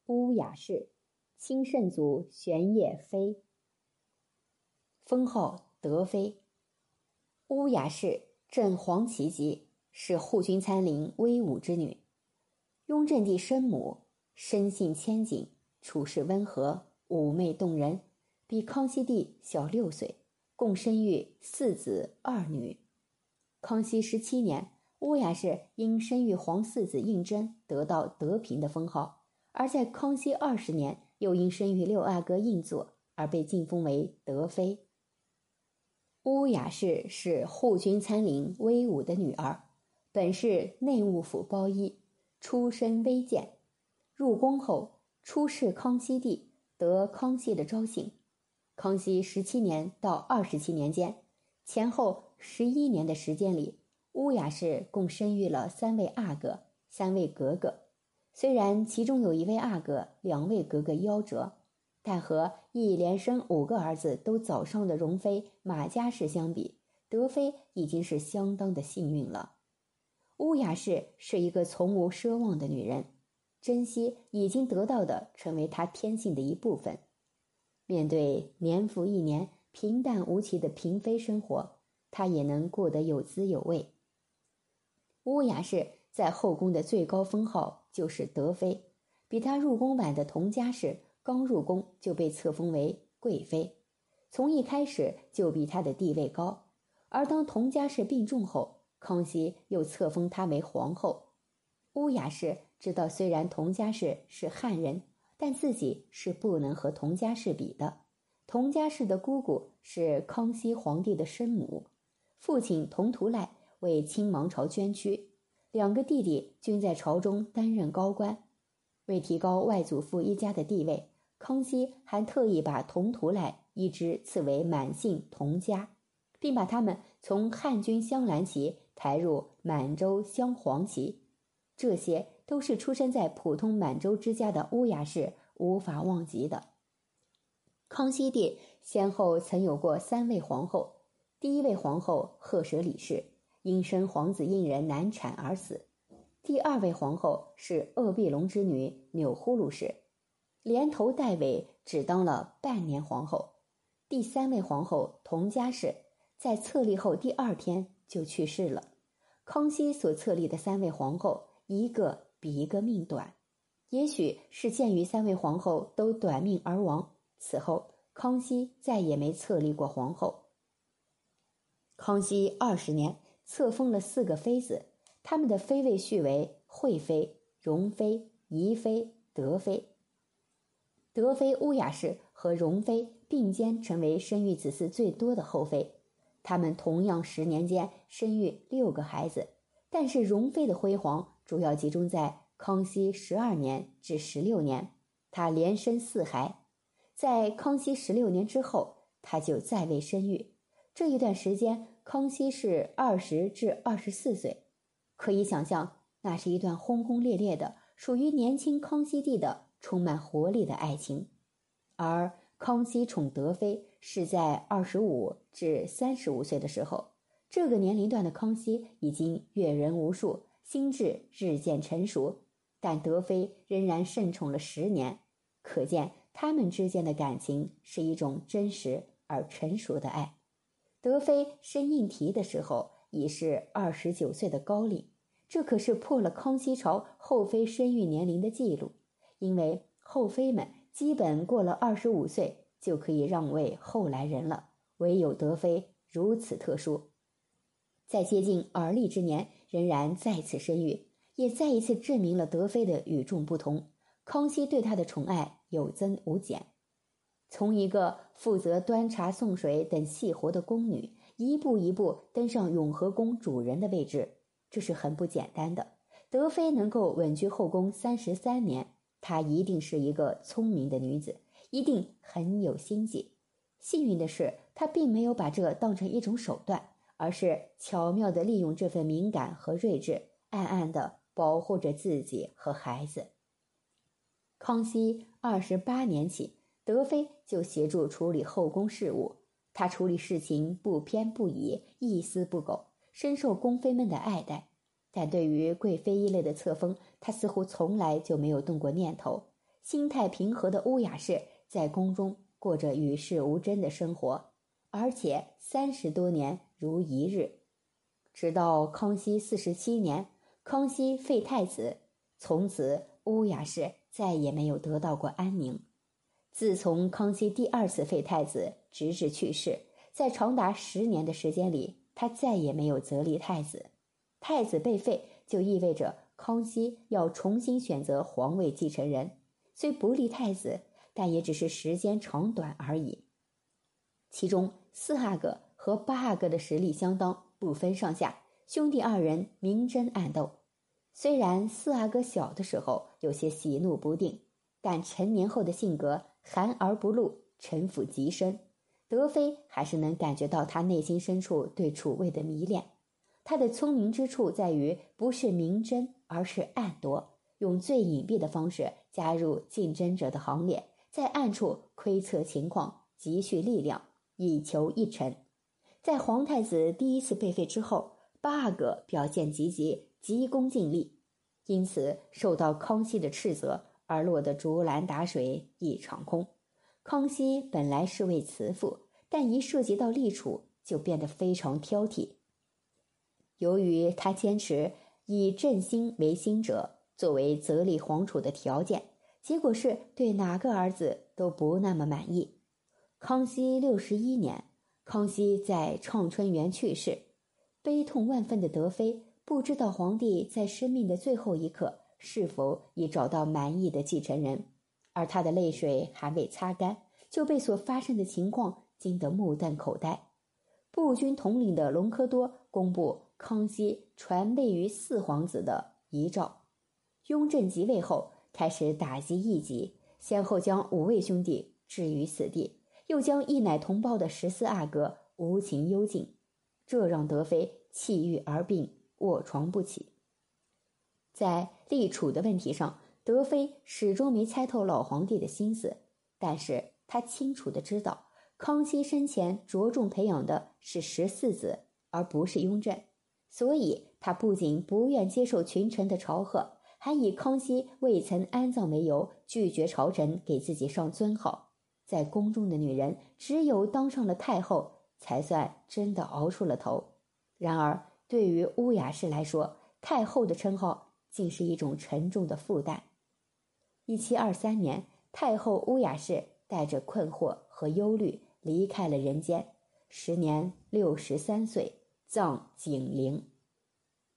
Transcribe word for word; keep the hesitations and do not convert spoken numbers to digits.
乌雅氏，清圣祖玄烨妃，封号德妃。乌雅氏，镇黄旗籍，是护军参领威武之女。雍正帝生母，生性谦谨，处事温和，妩媚动人，比康熙帝小六岁，共生育四子二女。康熙十七年，乌雅氏因生育皇四子胤禛得到德嫔的封号，而在康熙二十年又因生育六阿哥胤祚而被晋封为德妃。乌雅氏是护军参领威武的女儿，本是内务府包衣，出身微贱。入宫后出仕康熙帝，得康熙的昭幸。康熙十七年到二十七年间，前后十一年的时间里，乌雅氏共生育了三位阿哥，三位格格。虽然其中有一位阿哥，两位格格夭折，但和一连生五个儿子都早丧的容妃马家氏相比，德妃已经是相当的幸运了。乌雅氏是一个从无奢望的女人，珍惜已经得到的成为她天性的一部分。面对年复一年平淡无奇的嫔妃生活，她也能过得有滋有味。乌雅氏在后宫的最高封号就是德妃，比她入宫晚的佟佳氏刚入宫就被册封为贵妃，从一开始就比她的地位高。而当佟佳氏病重后，康熙又册封她为皇后。乌雅氏知道，虽然佟佳氏是汉人，但自己是不能和佟佳氏比的。佟佳氏的姑姑是康熙皇帝的生母，父亲佟图赖为清王朝捐躯，两个弟弟均在朝中担任高官。为提高外祖父一家的地位，康熙还特意把佟图赖一支赐为满姓佟家，并把他们从汉军镶蓝旗抬入满洲镶黄旗。这些都是出生在普通满洲之家的乌雅氏无法忘记的。康熙帝先后曾有过三位皇后，第一位皇后赫舍里氏因生皇子胤仁难产而死，第二位皇后是鄂必隆之女钮祜禄氏，连头带尾只当了半年皇后。第三位皇后佟佳氏在册立后第二天就去世了。康熙所册立的三位皇后，一个比一个命短，也许是鉴于三位皇后都短命而亡，此后康熙再也没册立过皇后。康熙二十年册封了四个妃子，他们的妃位序为惠妃、容妃、仪妃、德妃。德妃乌雅氏和容妃并肩成为生育子嗣最多的后妃，他们同样十年间生育六个孩子，但是容妃的辉煌主要集中在康熙十二年至十六年，她连生四孩。在康熙十六年之后，她就再未生育。这一段时间，康熙是二十至二十四岁，可以想象，那是一段轰轰烈烈的，属于年轻康熙帝的充满活力的爱情。而康熙宠德妃是在二十五至三十五岁的时候，这个年龄段的康熙已经阅人无数，心智日渐成熟，但德妃仍然盛宠了十年，可见他们之间的感情是一种真实而成熟的爱。德妃生胤禔的时候已是二十九岁的高龄，这可是破了康熙朝后妃生育年龄的记录，因为后妃们基本过了二十五岁就可以让位后来人了，唯有德妃如此特殊。在接近而立之年仍然再次生育，也再一次证明了德妃的与众不同。康熙对她的宠爱有增无减，从一个负责端茶送水等细活的宫女，一步一步登上永和宫主人的位置，这是很不简单的。德妃能够稳居后宫三十三年，她一定是一个聪明的女子，一定很有心计。幸运的是，她并没有把这当成一种手段，而是巧妙地利用这份敏感和睿智，暗暗地保护着自己和孩子。康熙二十八年起，德妃就协助处理后宫事务，她处理事情不偏不倚，一丝不苟，深受宫妃们的爱戴。但对于贵妃一类的册封，她似乎从来就没有动过念头。 心态平和的乌雅氏在宫中过着与世无争的生活，而且三十多年如一日。直到康熙四十七年，康熙废太子，从此乌雅氏再也没有得到过安宁。自从康熙第二次废太子直至去世，在长达十年的时间里，他再也没有择立太子。太子被废，就意味着康熙要重新选择皇位继承人，虽不立太子，但也只是时间长短而已。其中四阿哥和八阿哥的实力相当，不分上下，兄弟二人明争暗斗。虽然四阿哥小的时候有些喜怒不定，但成年后的性格含而不露，城府极深。德妃还是能感觉到他内心深处对楚卫的迷恋。他的聪明之处在于不是明争，而是暗夺，用最隐蔽的方式加入竞争者的行列，在暗处窥测情况，积蓄力量，以求一成。在皇太子第一次被废之后，八阿哥表现积极，急功近利，因此受到康熙的斥责，而落得竹篮打水一场空。康熙本来是位慈父，但一涉及到立储，就变得非常挑剔。由于他坚持以正兴为兴者作为择立皇储的条件，结果是对哪个儿子都不那么满意。康熙六十一年，康熙在畅春园去世，悲痛万分的德妃不知道皇帝在生命的最后一刻是否已找到满意的继承人，而他的泪水还未擦干，就被所发生的情况惊得目瞪口呆。步军统领的隆科多公布康熙传位于四皇子的遗诏。雍正即位后，开始打击异己，先后将五位兄弟置于死地，又将一奶同胞的十四阿哥无情幽禁，这让德妃气郁而病，卧床不起。在立储的问题上，德妃始终没猜透老皇帝的心思，但是他清楚地知道，康熙生前着重培养的是十四子，而不是雍正，所以他不仅不愿接受群臣的朝贺，还以康熙未曾安葬为由，拒绝朝臣给自己上尊号。在宫中的女人，只有当上了太后，才算真的熬出了头。然而对于乌雅氏来说，太后的称号竟是一种沉重的负担。一七二三年，太后乌雅氏带着困惑和忧虑离开了人间，时年六十三岁，葬景陵。